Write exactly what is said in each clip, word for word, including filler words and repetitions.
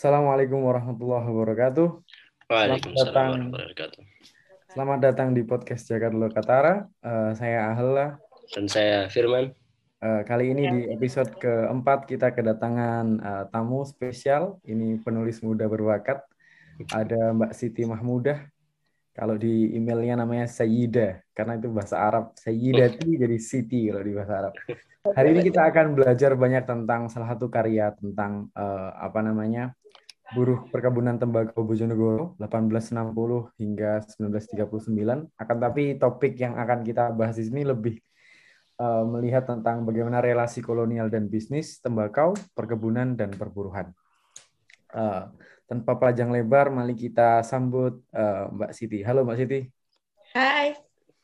Assalamualaikum warahmatullahi wabarakatuh. Selamat Waalaikumsalam datang, warahmatullahi wabarakatuh. selamat datang di podcast Jakarta Low Katara. Eh, saya Ahla. Dan saya Firman. Eh, kali ini di episode keempat kita kedatangan eh, tamu spesial. Ini penulis muda berbakat. Ada Mbak Siti Mahmudah. Kalau di emailnya namanya Sayyida, karena itu bahasa Arab. Sayyidati jadi Siti kalau di bahasa Arab. Hari ini kita akan belajar banyak tentang salah satu karya tentang eh, apa namanya buruh perkebunan tembakau Bojonegoro seribu delapan ratus enam puluh hingga seribu sembilan ratus tiga puluh sembilan. Akan tapi topik yang akan kita bahas di sini lebih eh, melihat tentang bagaimana relasi kolonial dan bisnis tembakau, perkebunan dan perburuhan. Eh, tanpa panjang lebar, mari kita sambut eh, Mbak Siti. Halo Mbak Siti. Hai.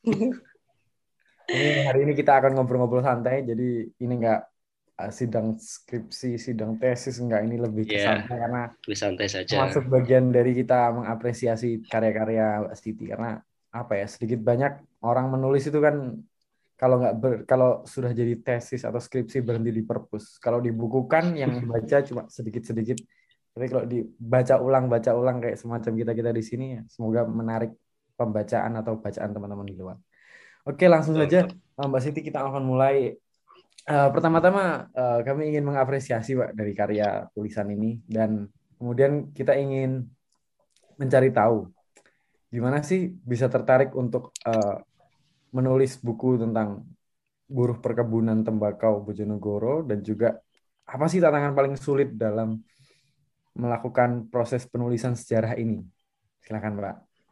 Ini hari ini kita akan ngobrol-ngobrol santai, jadi ini enggak uh, sidang skripsi, sidang tesis, enggak, ini lebih ke Ya, santai karena lebih santai saja. masuk bagian dari kita mengapresiasi karya-karya Mbak Siti, karena apa ya, sedikit banyak orang menulis itu kan kalau nggak ber, kalau sudah jadi tesis atau skripsi berhenti di perpus. Kalau dibukukan yang baca cuma sedikit-sedikit, tapi kalau dibaca ulang baca ulang kayak semacam kita-kita di sini, ya semoga menarik pembacaan atau bacaan teman-teman di luar. Oke, langsung saja Mbak Siti, kita akan mulai. Uh, pertama-tama uh, kami ingin mengapresiasi Pak dari karya tulisan ini, dan kemudian kita ingin mencari tahu gimana sih bisa tertarik untuk uh, menulis buku tentang buruh perkebunan tembakau Bojonegoro, dan juga apa sih tantangan paling sulit dalam melakukan proses penulisan sejarah ini. Silakan Pak.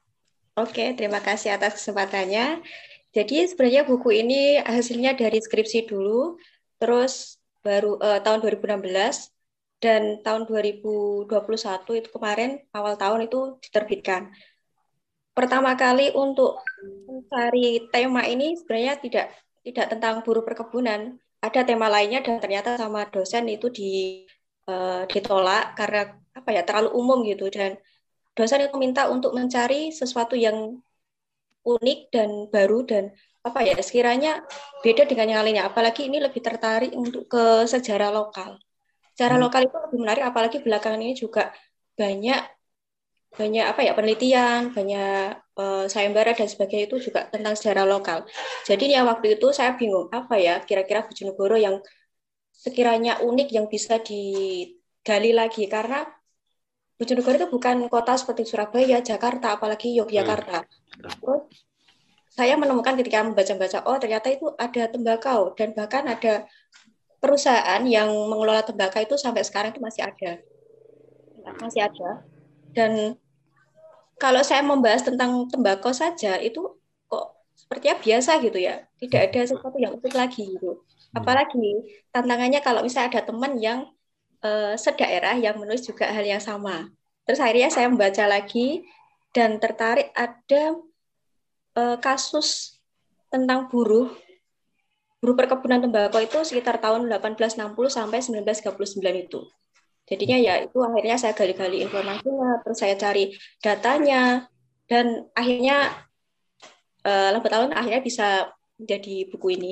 Oke, terima kasih atas kesempatannya. Jadi sebenarnya buku ini hasilnya dari skripsi dulu, terus baru eh, tahun dua ribu enam belas dan tahun dua ribu dua puluh satu itu kemarin awal tahun itu diterbitkan. Pertama kali untuk mencari tema ini sebenarnya tidak tidak tentang buruh perkebunan, ada tema lainnya dan ternyata sama dosen itu di eh, ditolak karena apa ya terlalu umum gitu, dan dosen itu minta untuk mencari sesuatu yang unik dan baru dan apa ya sekiranya beda dengan yang lainnya, apalagi ini lebih tertarik untuk ke sejarah lokal. Sejarah Hmm. lokal itu lebih menarik, apalagi belakangan ini juga banyak banyak apa ya penelitian, banyak uh, sayembara dan sebagainya itu juga tentang sejarah lokal. Jadi ya waktu itu saya bingung apa ya kira-kira Bojonegoro yang sekiranya unik yang bisa digali lagi, karena Bojonegoro itu bukan kota seperti Surabaya, Jakarta, apalagi Yogyakarta. Terus saya menemukan ketika membaca-baca, oh ternyata itu ada tembakau, dan bahkan ada perusahaan yang mengelola tembakau itu sampai sekarang itu masih ada. Masih ada. Dan kalau saya membahas tentang tembakau saja, itu kok sepertinya biasa gitu ya. Tidak ada sesuatu yang unik lagi gitu. Apalagi tantangannya kalau misalnya ada teman yang eh, sedaerah yang menulis juga hal yang sama. Terus akhirnya saya membaca lagi dan tertarik ada eh, kasus tentang buruh buruh perkebunan tembakau itu sekitar tahun delapan belas enam puluh sampai seribu sembilan ratus tiga puluh sembilan itu. Jadinya ya itu akhirnya saya gali-gali informasinya, terus saya cari datanya, dan akhirnya eh, lambat tahun akhirnya bisa menjadi buku ini.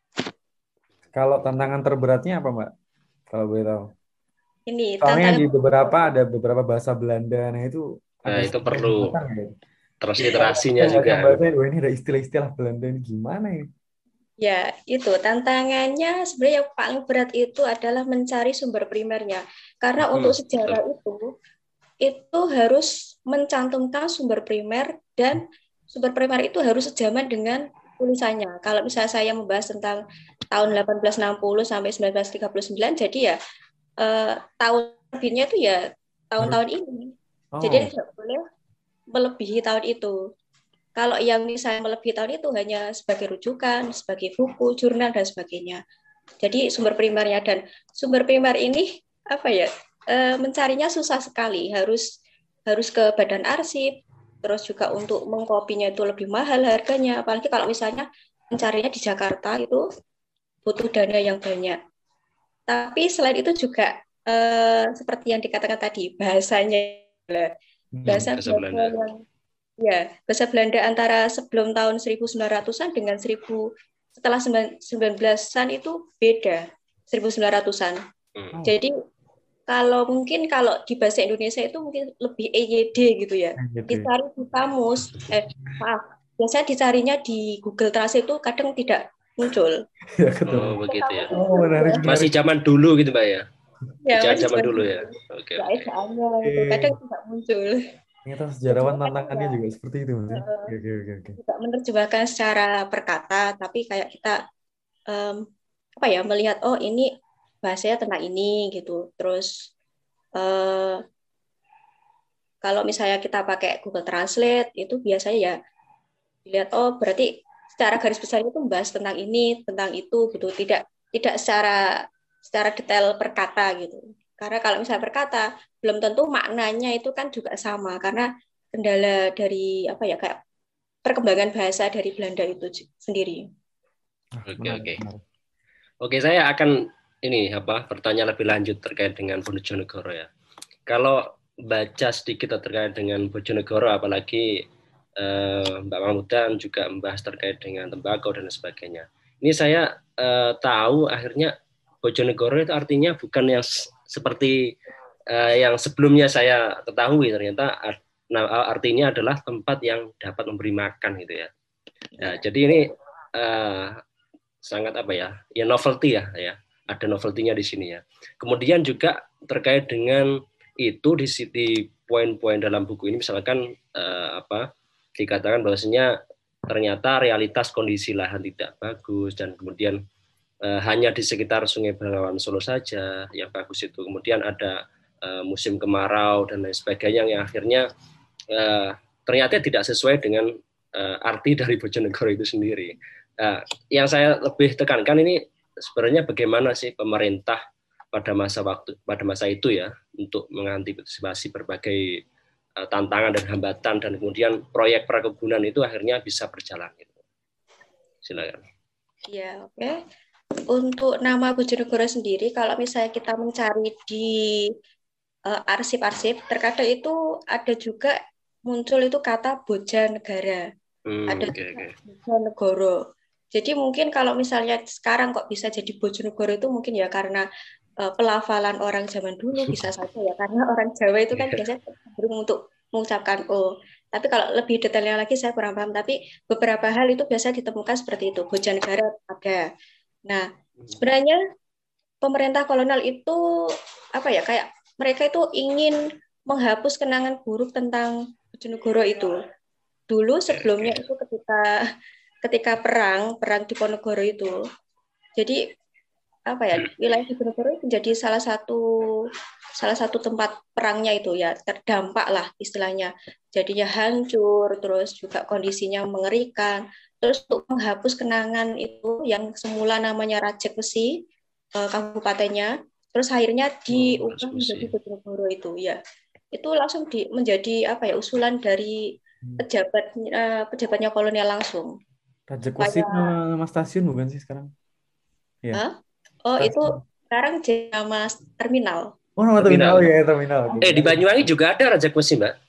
Kalau tantangan terberatnya apa Mbak? Kalau boleh tahu. Ini Soalnya tantangan di beberapa ada beberapa bahasa Belanda, nah itu Nah, agak itu sedikit perlu binatang ya. transliterasinya Saya juga. baca-baca, wah ini ada istilah-istilah Belanda ini gimana ini? ya itu tantangannya sebenarnya yang paling berat itu adalah mencari sumber primernya, karena untuk Hmm, sejarah betul. itu itu harus mencantumkan sumber primer, dan sumber primer itu harus sejaman dengan tulisannya. Kalau misalnya saya membahas tentang tahun delapan belas enam puluh sampai seribu sembilan ratus tiga puluh sembilan, jadi ya eh, tahun terbitnya itu ya Harus. tahun-tahun ini. Jadi Oh, tidak boleh melebihi tahun itu. Kalau yang misalnya melebihi tahun itu hanya sebagai rujukan, sebagai buku, jurnal dan sebagainya. Jadi sumber primernya, dan sumber primer ini apa ya e, mencarinya susah sekali, harus harus ke badan arsip, terus juga untuk mengkopinya itu lebih mahal harganya, apalagi kalau misalnya mencarinya di Jakarta itu butuh dana yang banyak. Tapi selain itu juga e, seperti yang dikatakan tadi, bahasanya Hmm, bahasa bahasa Belanda Belanda. yang ya bahasa Belanda antara sebelum tahun seribu sembilan ratusan dengan seribu setelah sembilan belasan itu beda, seribu sembilan ratusan. Hmm. Jadi kalau mungkin kalau di bahasa Indonesia itu mungkin lebih E Y D gitu ya. Gitu. Dicari di kamus, eh maaf, biasanya dicarinya di Google Translate itu kadang tidak muncul. Ya, ketemu. Oh, begitu ya. Oh, menarik, menarik. Masih zaman dulu gitu, Mbak ya. Ya, Jangan masih zaman dulu ya. Oke, ya, oke. edaannya itu kadang tidak muncul. Ternyata sejarawan Jadi, tantangannya ya, juga seperti itu, Mas. eh, Oke, oke, oke, oke. tidak menerjemahkan secara perkata, tapi kayak kita em, apa ya melihat oh ini bahasanya tentang ini gitu. Terus eh, kalau misalnya kita pakai Google Translate itu biasanya ya dilihat oh berarti secara garis besar itu membahas tentang ini, tentang itu gitu. Tidak tidak secara secara detail perkata gitu. Karena kalau misalnya perkata belum tentu maknanya itu kan juga sama karena kendala dari apa ya kayak perkembangan bahasa dari Belanda itu sendiri. Oke, Menarik, oke. menarik. Oke, saya akan ini apa bertanya lebih lanjut terkait dengan Bojonegoro ya. Kalau baca sedikit terkait dengan Bojonegoro, apalagi eh, Mbak Mahmudan juga membahas terkait dengan tembakau dan sebagainya. Ini saya eh, tahu akhirnya Bojonegoro itu artinya bukan yang seperti eh, yang sebelumnya saya ketahui, ternyata nah, artinya adalah tempat yang dapat memberi makan gitu ya. Nah, jadi ini eh, sangat apa ya? Ya novelty ya, ya. Ada novelty-nya di sini ya. Kemudian juga terkait dengan itu di di poin-poin dalam buku ini misalkan eh, apa dikatakan bahwasanya ternyata realitas kondisi lahan tidak bagus dan kemudian eh, hanya di sekitar Sungai Bengawan Solo saja yang bagus itu. Kemudian ada eh, musim kemarau dan lain sebagainya yang akhirnya eh, ternyata tidak sesuai dengan eh, arti dari Bojonegoro itu sendiri. Nah, yang saya lebih tekankan ini sebenarnya bagaimana sih pemerintah pada masa waktu pada masa itu ya untuk mengantisipasi berbagai uh, tantangan dan hambatan dan kemudian proyek perkebunan itu akhirnya bisa berjalan. Gitu. Silakan. Ya, oke. Okay. Untuk nama Bojonegoro sendiri, kalau misalnya kita mencari di uh, arsip-arsip, terkadang itu ada juga muncul itu kata Bojanegara. Hmm, ada okay, okay. Bojonegoro. Jadi mungkin kalau misalnya sekarang kok bisa jadi Bojonegoro itu mungkin ya karena uh, pelafalan orang zaman dulu bisa saja ya karena orang Jawa itu kan biasanya cenderung untuk mengucapkan O. Tapi kalau lebih detailnya lagi saya kurang paham. Tapi beberapa hal itu biasa ditemukan seperti itu. Bojonegoro ada. Nah sebenarnya pemerintah kolonial itu apa ya kayak mereka itu ingin menghapus kenangan buruk tentang Bojonegoro itu. Dulu sebelumnya itu ketika ketika perang perang di Ponorogo itu jadi apa ya wilayah Diponegoro menjadi salah satu salah satu tempat perangnya itu ya terdampak lah istilahnya jadinya hancur terus juga kondisinya mengerikan terus untuk menghapus kenangan itu yang semula namanya Rajek Wesi eh, kabupatennya terus akhirnya diubah oh, menjadi Bojonegoro itu ya itu langsung di, menjadi apa ya usulan dari pejabat uh, pejabatnya kolonial langsung. Rajek Wesi nama, nama stasiun bukan sih sekarang? Ya. Hah? Oh stasiun. Itu sekarang jadi nama terminal. Oh nama terminal, terminal ya terminal. Eh di Banyuwangi juga ada Rajek Wesi Mbak.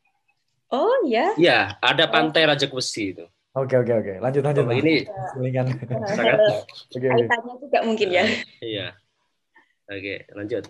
Oh ya? Ya ada pantai oh. Rajek Wesi itu. Oke oke oke lanjut lanjut. Oh, ini sangat kaitannya juga mungkin ya. Uh, iya. Oke lanjut.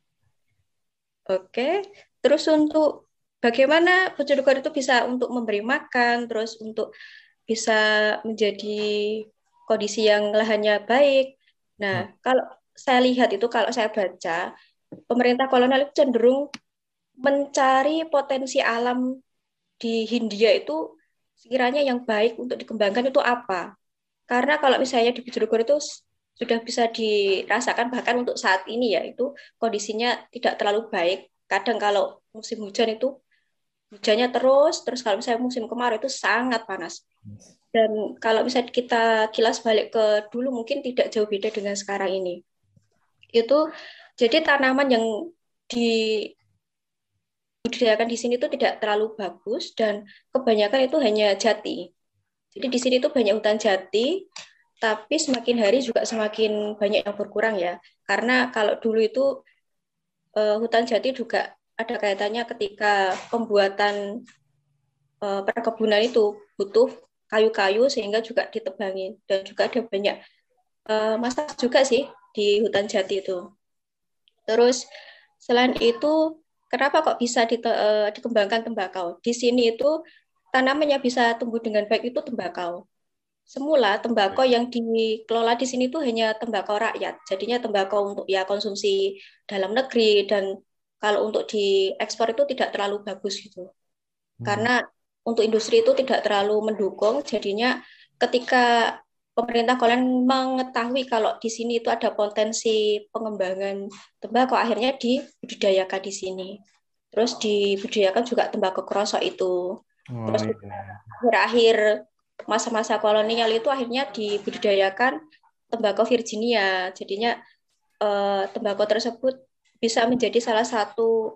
Oke terus untuk bagaimana Bojonegoro itu bisa untuk memberi makan, terus untuk bisa menjadi kondisi yang lahannya baik. Nah, hmm. kalau saya lihat itu, kalau saya baca, pemerintah kolonial itu cenderung mencari potensi alam di Hindia itu sekiranya yang baik untuk dikembangkan itu apa. Karena kalau misalnya di Bojonegoro itu sudah bisa dirasakan bahkan untuk saat ini ya, itu kondisinya tidak terlalu baik. Kadang kalau musim hujan itu hujannya terus, terus kalau misalnya musim kemarau itu sangat panas. Dan kalau misalnya kita kilas balik ke dulu mungkin tidak jauh beda dengan sekarang ini. Itu jadi tanaman yang dibudidayakan di sini itu tidak terlalu bagus dan kebanyakan itu hanya jati. Jadi di sini itu banyak hutan jati, tapi semakin hari juga semakin banyak yang berkurang ya. Karena kalau dulu itu uh, hutan jati juga ada kaitannya ketika pembuatan uh, perkebunan itu butuh kayu-kayu sehingga juga ditebangin dan juga ada banyak uh, masalah juga sih di hutan jati itu. Terus Selain itu, kenapa kok bisa dite- eh, dikembangkan tembakau? Di sini itu tanaman yang bisa tumbuh dengan baik itu tembakau. Semula tembakau yang dikelola di sini itu hanya tembakau rakyat. Jadinya tembakau untuk ya konsumsi dalam negeri dan kalau untuk diekspor itu tidak terlalu bagus gitu. Hmm. Karena untuk industri itu tidak terlalu mendukung, jadinya ketika pemerintah kalian mengetahui kalau di sini itu ada potensi pengembangan tembakau, akhirnya dibudidayakan di sini. Terus dibudidayakan juga tembakau krosok itu. Oh Terus iya. akhir-akhir masa-masa kolonial itu akhirnya dibudidayakan tembakau Virginia. Jadinya eh, tembakau tersebut bisa menjadi salah satu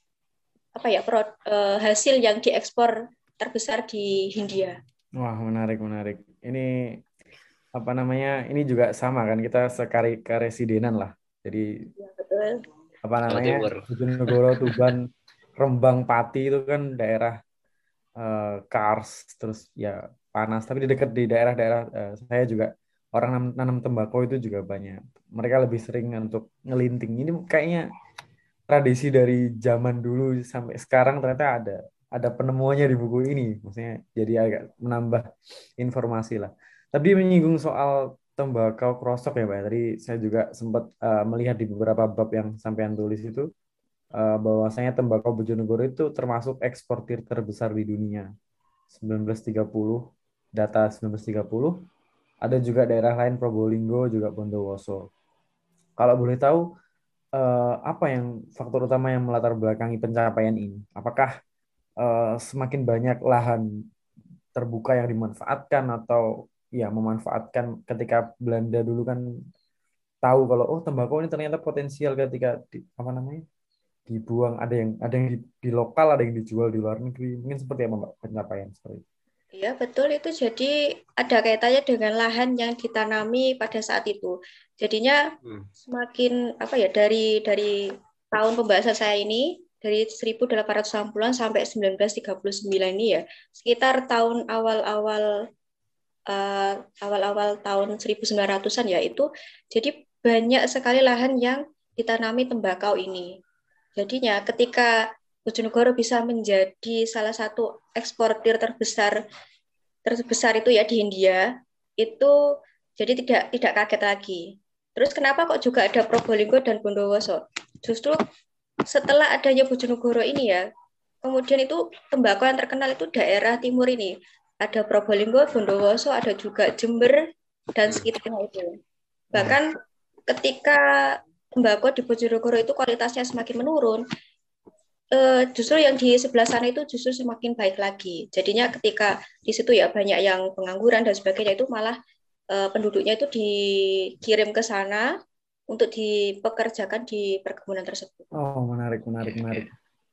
apa ya pro, eh, hasil yang diekspor terbesar di Hindia. Wah, menarik, menarik. Ini apa namanya? Ini juga sama kan, kita sekari karesidenan lah. Jadi Ya, betul. apa Jawa namanya? Timur. Bojonegoro, Tuban, Rembang, Pati itu kan daerah eh, kars, terus ya panas. Tapi di dekat di daerah-daerah eh, saya juga orang nanam, nanam tembakau itu juga banyak. Mereka lebih sering untuk ngelinting. Ini kayaknya tradisi dari zaman dulu sampai sekarang ternyata ada ada penemuannya di buku ini. Maksudnya jadi agak menambah informasi lah. Tapi menyinggung soal tembakau krosok ya Pak. Tadi saya juga sempat eh, melihat di beberapa bab yang sampean tulis itu eh, bahwasanya tembakau Bojonegoro itu termasuk eksportir terbesar di dunia. seribu sembilan ratus tiga puluh, data seribu sembilan ratus tiga puluh, ada juga daerah lain Probolinggo juga Bondowoso. Kalau boleh tahu eh, apa yang faktor utama yang melatar belakangi pencapaian ini? Apakah eh, semakin banyak lahan terbuka yang dimanfaatkan atau ya memanfaatkan ketika Belanda dulu kan tahu kalau oh tembakau ini ternyata potensial ketika di, apa namanya dibuang ada yang ada yang di, di lokal ada yang dijual di luar negeri mungkin seperti apa Mbak pencapaian seperti itu. Iya, betul itu. Jadi ada kaitannya dengan lahan yang ditanami pada saat itu. Jadinya Hmm. semakin apa ya dari dari tahun pembahasan saya ini dari seribu delapan ratus enam puluhan sampai seribu sembilan ratus tiga puluh sembilan ini ya, sekitar tahun awal-awal uh, awal-awal tahun seribu sembilan ratusan ya itu. Jadi banyak sekali lahan yang ditanami tembakau ini. Jadinya ketika Bojonegoro bisa menjadi salah satu eksportir terbesar terbesar itu ya di Hindia, itu jadi tidak tidak kaget lagi. Terus kenapa kok juga ada Probolinggo dan Bondowoso? Justru setelah adanya Bojonegoro ini ya, kemudian itu tembakau yang terkenal itu daerah timur ini. Ada Probolinggo, Bondowoso, ada juga Jember dan sekitarnya itu. Bahkan ketika tembakau di Bojonegoro itu kualitasnya semakin menurun, eh, justru yang di sebelah sana itu justru semakin baik lagi. Jadinya ketika di situ ya banyak yang pengangguran dan sebagainya itu malah eh, penduduknya itu dikirim ke sana untuk dipekerjakan di perkebunan tersebut. Oh menarik menarik menarik.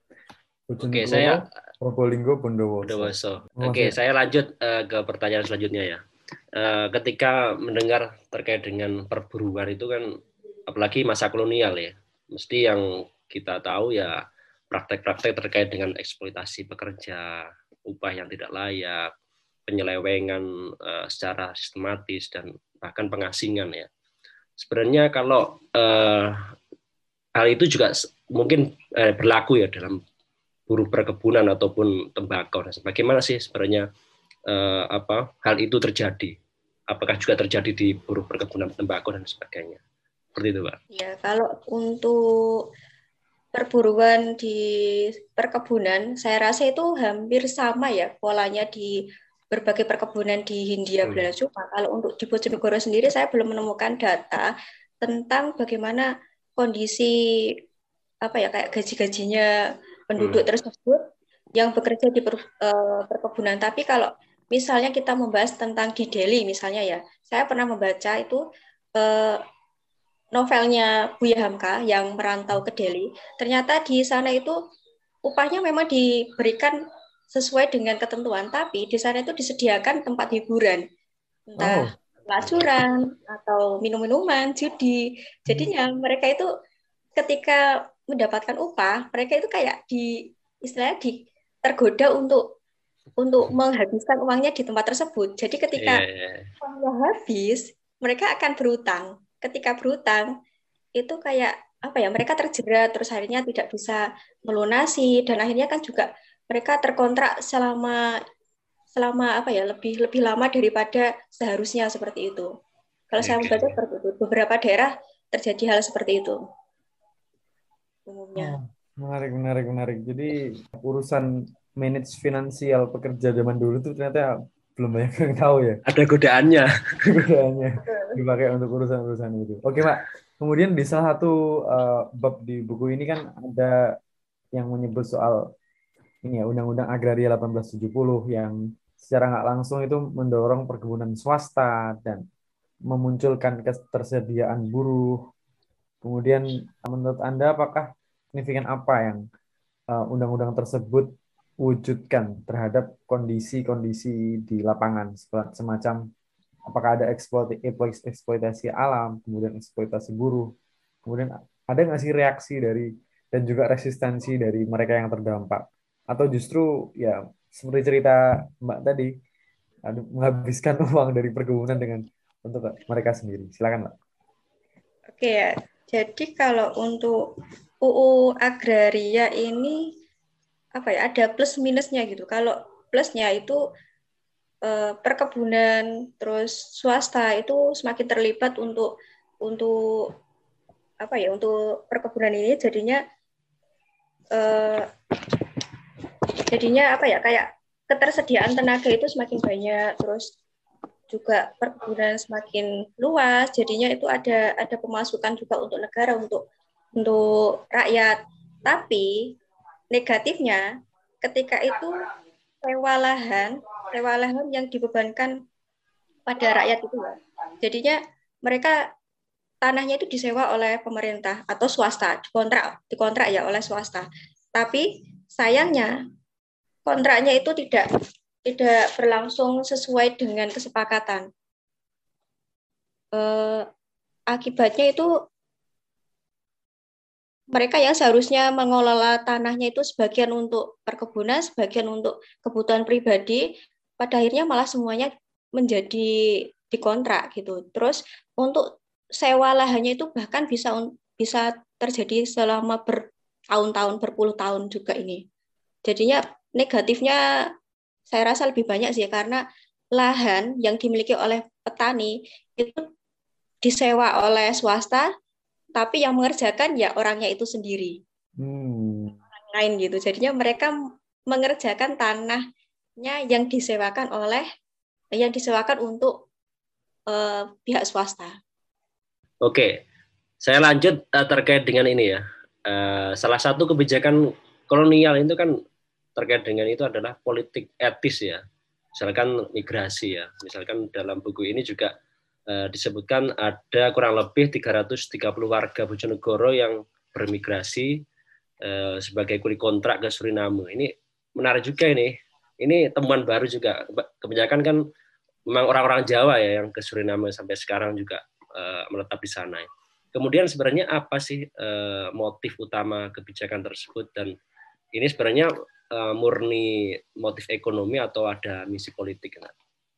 Oke, Bojonegoro, saya Probolinggo, Bondowoso. Bondowoso. Oh, Oke, saya- saya lanjut uh, ke pertanyaan selanjutnya ya. Uh, ketika mendengar terkait dengan perburuan itu kan, apalagi masa kolonial ya, mesti yang kita tahu ya praktek-praktek terkait dengan eksploitasi pekerja, upah yang tidak layak, penyelewengan uh, secara sistematis dan bahkan pengasingan ya. Sebenarnya kalau uh, hal itu juga mungkin uh, berlaku ya dalam buruh perkebunan ataupun tembakau. Nah, bagaimana sih sebenarnya eh, apa hal itu terjadi? Apakah juga terjadi di buruh perkebunan tembakau dan sebagainya? Seperti itu, Pak. Ya, kalau untuk perburuan di perkebunan, saya rasa itu hampir sama ya polanya di berbagai perkebunan di Hindia Belanda. Cuma kalau untuk di Bojonegoro sendiri, saya belum menemukan data tentang bagaimana kondisi apa ya kayak gaji-gajinya penduduk hmm. tersebut yang bekerja di per, uh, perkebunan. Tapi kalau misalnya kita membahas tentang di Delhi misalnya ya, saya pernah membaca itu uh, novelnya Buya Hamka yang merantau ke Delhi. Ternyata di sana itu upahnya memang diberikan sesuai dengan ketentuan, tapi di sana itu disediakan tempat hiburan, entah pelacuran oh. atau minum-minuman, judi. Jadinya mereka itu ketika mendapatkan upah, mereka itu kayak di istilahnya di tergoda untuk untuk menghabiskan uangnya di tempat tersebut. Jadi ketika yeah. uangnya habis, mereka akan berutang. Ketika berutang, itu kayak apa ya, mereka terjerat terus akhirnya tidak bisa melunasi dan akhirnya kan juga mereka terkontrak selama selama apa ya lebih lebih lama daripada seharusnya seperti itu. Kalau saya membaca Oke. seperti itu, beberapa daerah terjadi hal seperti itu Oh, umumnya. menarik, menarik, menarik. Jadi urusan manage finansial pekerja zaman dulu tuh ternyata belum banyak yang tahu ya. Ada godaannya. Kegunaannya dipakai untuk urusan-urusan itu. Oke, Pak. Kemudian di salah satu uh, bab di buku ini kan ada yang menyebut soal ini ya Undang-Undang Agraria delapan belas tujuh puluh yang secara nggak langsung itu mendorong perkebunan swasta dan memunculkan ketersediaan buruh. Kemudian menurut Anda apakah signifikan apa yang uh, undang-undang tersebut wujudkan terhadap kondisi-kondisi di lapangan semacam apakah ada eksploitasi, eksploitasi alam, kemudian eksploitasi buruh, kemudian ada nggak sih reaksi dari dan juga resistensi dari mereka yang terdampak, atau justru ya seperti cerita Mbak tadi, aduh, menghabiskan uang dari perkebunan dengan untuk mereka sendiri. Silakan Mbak. Oke ya. Jadi kalau untuk U U Agraria ini apa ya ada plus minusnya gitu. Kalau plusnya itu eh, perkebunan terus swasta itu semakin terlibat untuk untuk apa ya untuk perkebunan ini jadinya eh, jadinya apa ya kayak ketersediaan tenaga itu semakin banyak terus juga perkebunan semakin luas jadinya itu ada ada pemasukan juga untuk negara untuk untuk rakyat tapi negatifnya ketika itu sewa lahan sewa lahan yang dibebankan pada rakyat itu ya jadinya mereka tanahnya itu disewa oleh pemerintah atau swasta dikontrak dikontrak ya oleh swasta tapi sayangnya kontraknya itu tidak tidak berlangsung sesuai dengan kesepakatan. Eh, Akibatnya itu mereka yang seharusnya mengelola tanahnya itu sebagian untuk perkebunan, sebagian untuk kebutuhan pribadi, pada akhirnya malah semuanya menjadi dikontrak gitu. Terus untuk sewa lahannya itu bahkan bisa bisa terjadi selama bertahun-tahun, berpuluh tahun juga ini. Jadinya negatifnya saya rasa lebih banyak sih karena lahan yang dimiliki oleh petani itu disewa oleh swasta, tapi yang mengerjakan ya orangnya itu sendiri, Hmm. lain gitu. Jadinya mereka mengerjakan tanahnya yang disewakan oleh yang disewakan untuk uh, pihak swasta. Oke, saya lanjut uh, terkait dengan ini ya. Uh, salah satu kebijakan kolonial itu kan terkait dengan itu adalah politik etis ya. Misalkan migrasi ya. Misalkan dalam buku ini juga uh, disebutkan ada kurang lebih tiga ratus tiga puluh warga Bojonegoro yang bermigrasi uh, sebagai kuli kontrak ke Suriname. Ini menarik juga ini. Ini temuan baru juga. Kebanyakan kan memang orang-orang Jawa ya yang ke Suriname sampai sekarang juga uh, menetap di sana. Kemudian sebenarnya apa sih uh, motif utama kebijakan tersebut dan ini sebenarnya uh, murni motif ekonomi atau ada misi politik? Nah?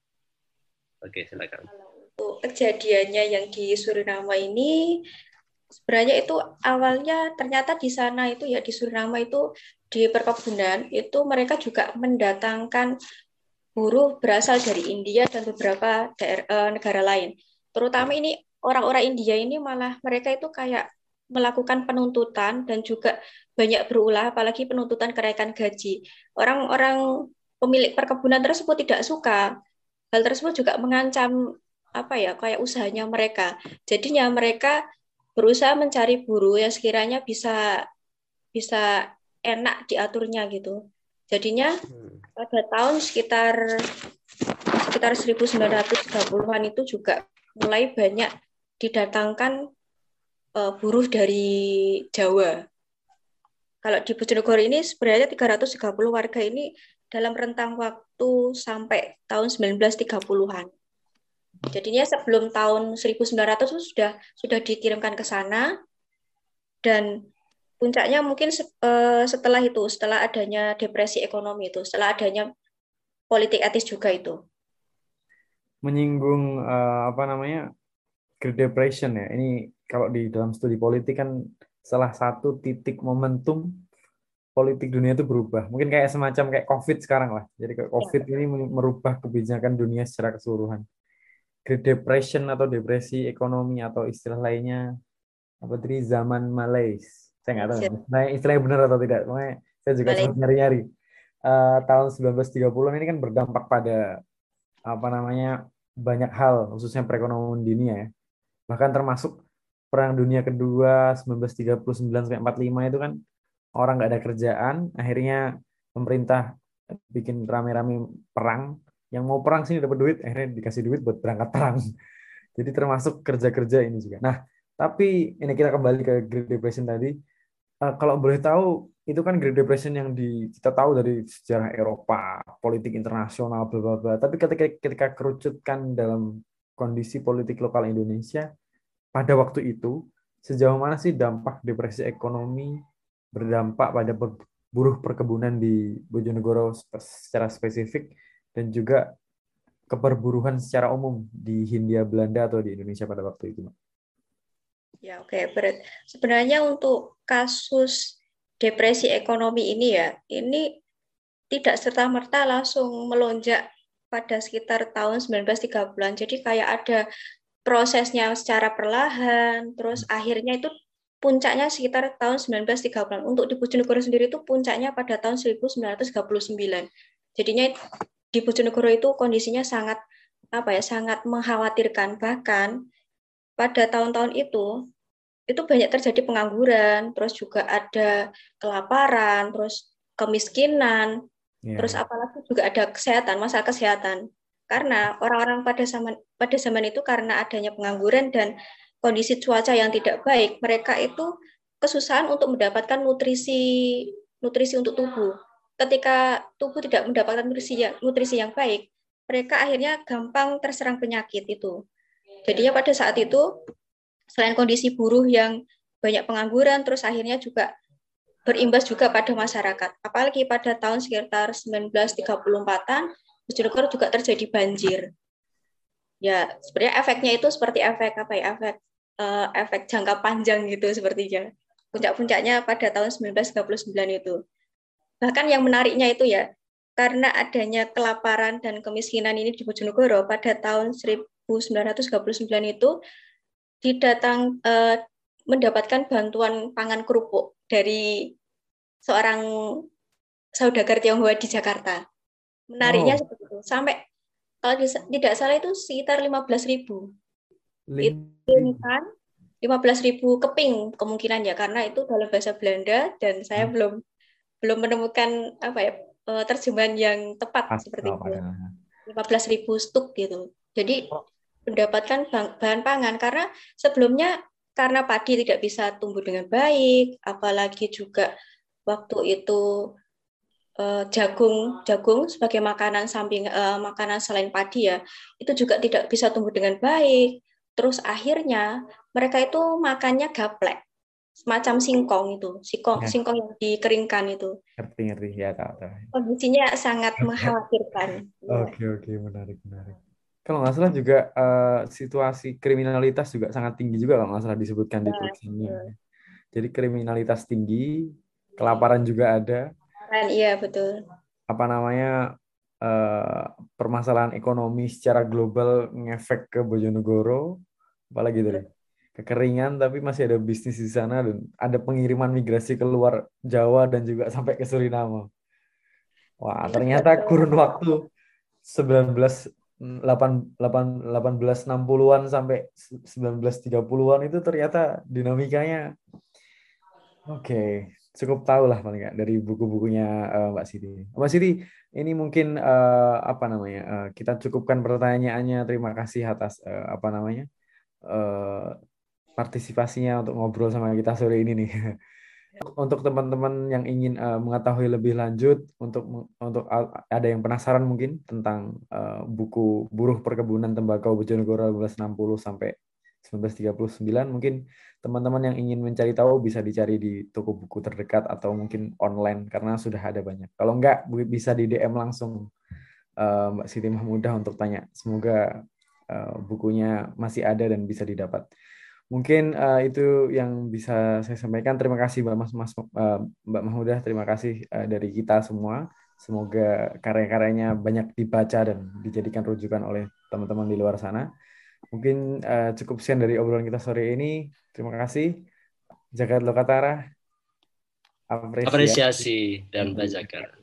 Oke, silakan. Untuk kejadiannya yang di Suriname ini sebenarnya itu awalnya ternyata di sana itu ya di Suriname itu di perkebunan itu mereka juga mendatangkan buruh berasal dari India dan beberapa daerah, negara lain. Terutama ini orang-orang India ini malah mereka itu kayak melakukan penuntutan dan juga banyak berulah, apalagi penuntutan kenaikan gaji. Orang-orang pemilik perkebunan tersebut tidak suka. Hal tersebut juga mengancam apa ya kayak usahanya mereka. Jadinya mereka berusaha mencari buruh yang sekiranya bisa bisa enak diaturnya gitu. Jadinya pada tahun sekitar sekitar seribu sembilan ratus tiga puluhan itu juga mulai banyak didatangkan uh, buruh dari Jawa. Kalau di Bojonegoro ini sebenarnya tiga ratus tiga puluh warga ini dalam rentang waktu sampai tahun sembilan belas tiga puluhan. Jadinya sebelum tahun seribu sembilan ratus itu sudah sudah dikirimkan ke sana dan puncaknya mungkin uh, setelah itu, setelah adanya depresi ekonomi itu, setelah adanya politik etis juga itu. Menyinggung uh, apa namanya Great Depression ya. Ini kalau di dalam studi politik kan salah satu titik momentum politik dunia itu berubah. Mungkin kayak semacam kayak COVID sekarang lah. Jadi kayak Ya, COVID ini merubah kebijakan dunia secara keseluruhan. Great Depression atau depresi ekonomi atau istilah lainnya apa tadi zaman Malaise. Saya nggak tahu Malaysia, nah, istilahnya benar atau tidak. Makanya saya juga sempat Malaysia. nyari-nyari. Eh, tahun seribu sembilan ratus tiga puluhan ini kan berdampak pada apa namanya banyak hal khususnya perekonomian dunia ya. Bahkan termasuk Perang Dunia Kedua seribu sembilan ratus tiga puluh sembilan sampai empat puluh lima itu kan orang nggak ada kerjaan, akhirnya pemerintah bikin rame-rame perang. Yang mau perang sini dapat duit, akhirnya dikasih duit buat berangkat perang. Jadi termasuk kerja-kerja ini juga. Nah, tapi ini kita kembali ke Great Depression tadi. Uh, kalau boleh tahu, itu kan Great Depression yang di, kita tahu dari sejarah Eropa, politik internasional, bla bla bla. Tapi ketika ketika kerucutkan dalam kondisi politik lokal Indonesia, pada waktu itu, sejauh mana sih dampak depresi ekonomi berdampak pada buruh perkebunan di Bojonegoro secara spesifik dan juga keperburuhan secara umum di Hindia Belanda atau di Indonesia pada waktu itu, Mbak? Ya, oke. Berat. Sebenarnya untuk kasus depresi ekonomi ini ya, ini tidak serta-merta langsung melonjak pada sekitar tahun seribu sembilan ratus tiga puluhan. Jadi kayak ada prosesnya secara perlahan, terus akhirnya itu puncaknya sekitar tahun seribu sembilan ratus tiga puluhan. Untuk di Bojonegoro sendiri itu puncaknya pada tahun seribu sembilan ratus tiga puluh sembilan. Jadinya di Bojonegoro itu kondisinya sangat apa ya, sangat mengkhawatirkan. Bahkan pada tahun-tahun itu itu banyak terjadi pengangguran, terus juga ada kelaparan, terus kemiskinan, Ya, terus ya. apalagi juga ada kesehatan, masalah kesehatan. Karena orang-orang pada zaman pada zaman itu karena adanya pengangguran dan kondisi cuaca yang tidak baik, mereka itu kesusahan untuk mendapatkan nutrisi nutrisi untuk tubuh. Ketika tubuh tidak mendapatkan nutrisi yang, nutrisi yang baik, mereka akhirnya gampang terserang penyakit itu. Jadinya pada saat itu selain kondisi buruh yang banyak pengangguran, terus akhirnya juga berimbas juga pada masyarakat. Apalagi pada tahun sekitar seribu sembilan ratus tiga puluh empatan, Bojonegoro juga terjadi banjir. Ya, sebenarnya efeknya itu seperti efek apa ya? Efek uh, efek jangka panjang gitu sepertinya. Puncak-puncaknya pada tahun seribu sembilan ratus tiga puluh sembilan itu. Bahkan yang menariknya itu ya, karena adanya kelaparan dan kemiskinan ini di Bojonegoro pada tahun seribu sembilan ratus tiga puluh sembilan itu didatang eh, mendapatkan bantuan pangan kerupuk dari seorang saudagar Tionghoa di Jakarta. Menariknya Oh, seperti itu. Sampai kalau tidak salah itu sekitar lima belas ribu. link. Itu kan lima belas ribu keping kemungkinan ya, karena itu dalam bahasa Belanda dan saya Hmm. belum belum menemukan apa ya terjemahan yang tepat Pas, seperti oh, itu. pada. lima belas ribu stuk gitu. Jadi Oh, mendapatkan bahan pangan karena sebelumnya karena padi tidak bisa tumbuh dengan baik, apalagi juga waktu itu eh, jagung jagung sebagai makanan samping eh, makanan selain padi ya, itu juga tidak bisa tumbuh dengan baik. Terus akhirnya mereka itu makannya gaplek, semacam singkong itu, singkong ya, singkong yang dikeringkan itu. ngerti ngerti ya, tahu tahu. Kondisinya sangat mengkhawatirkan. Ya. Oke oke, menarik menarik. Kalau nggak salah juga eh, situasi kriminalitas juga sangat tinggi juga kalau nggak salah disebutkan di tulisannya. Jadi kriminalitas tinggi, kelaparan juga ada, Dan iya betul. apa namanya eh, permasalahan ekonomi secara global ngefek ke Bojonegoro, apalagi tadi kekeringan tapi masih ada bisnis di sana dan ada pengiriman migrasi keluar Jawa dan juga sampai ke Suriname. Wah, Iya ternyata betul. kurun waktu sembilan belas delapan delapan delapan belas enam puluhan sampai sembilan belas tiga puluhan itu ternyata dinamikanya oke, cukup tahu lah paling nggak dari buku-bukunya uh, Mbak Siti. Mbak Siti, ini mungkin uh, apa namanya? Uh, kita cukupkan pertanyaannya. Terima kasih atas uh, apa namanya? Uh, partisipasinya untuk ngobrol sama kita sore ini nih. Untuk teman-teman yang ingin uh, mengetahui lebih lanjut, untuk untuk ada yang penasaran mungkin tentang uh, buku Buruh Perkebunan Tembakau Bojonegoro seribu sembilan ratus enam puluh sampai seribu sembilan ratus tiga puluh sembilan, mungkin teman-teman yang ingin mencari tahu bisa dicari di toko buku terdekat atau mungkin online karena sudah ada banyak. Kalau enggak bisa di D M langsung uh, Mbak Siti Mahmudah untuk tanya. Semoga uh, bukunya masih ada dan bisa didapat. Mungkin uh, itu yang bisa saya sampaikan. Terima kasih Mbak Mas, Mas uh, Mbak Mahmudah. Terima kasih uh, dari kita semua. Semoga karya-karyanya banyak dibaca dan dijadikan rujukan oleh teman-teman di luar sana. Mungkin uh, cukup sekian dari obrolan kita sore ini. Terima kasih. Jagat Lokatara. Apresiasi. Apresiasi dan bajakan.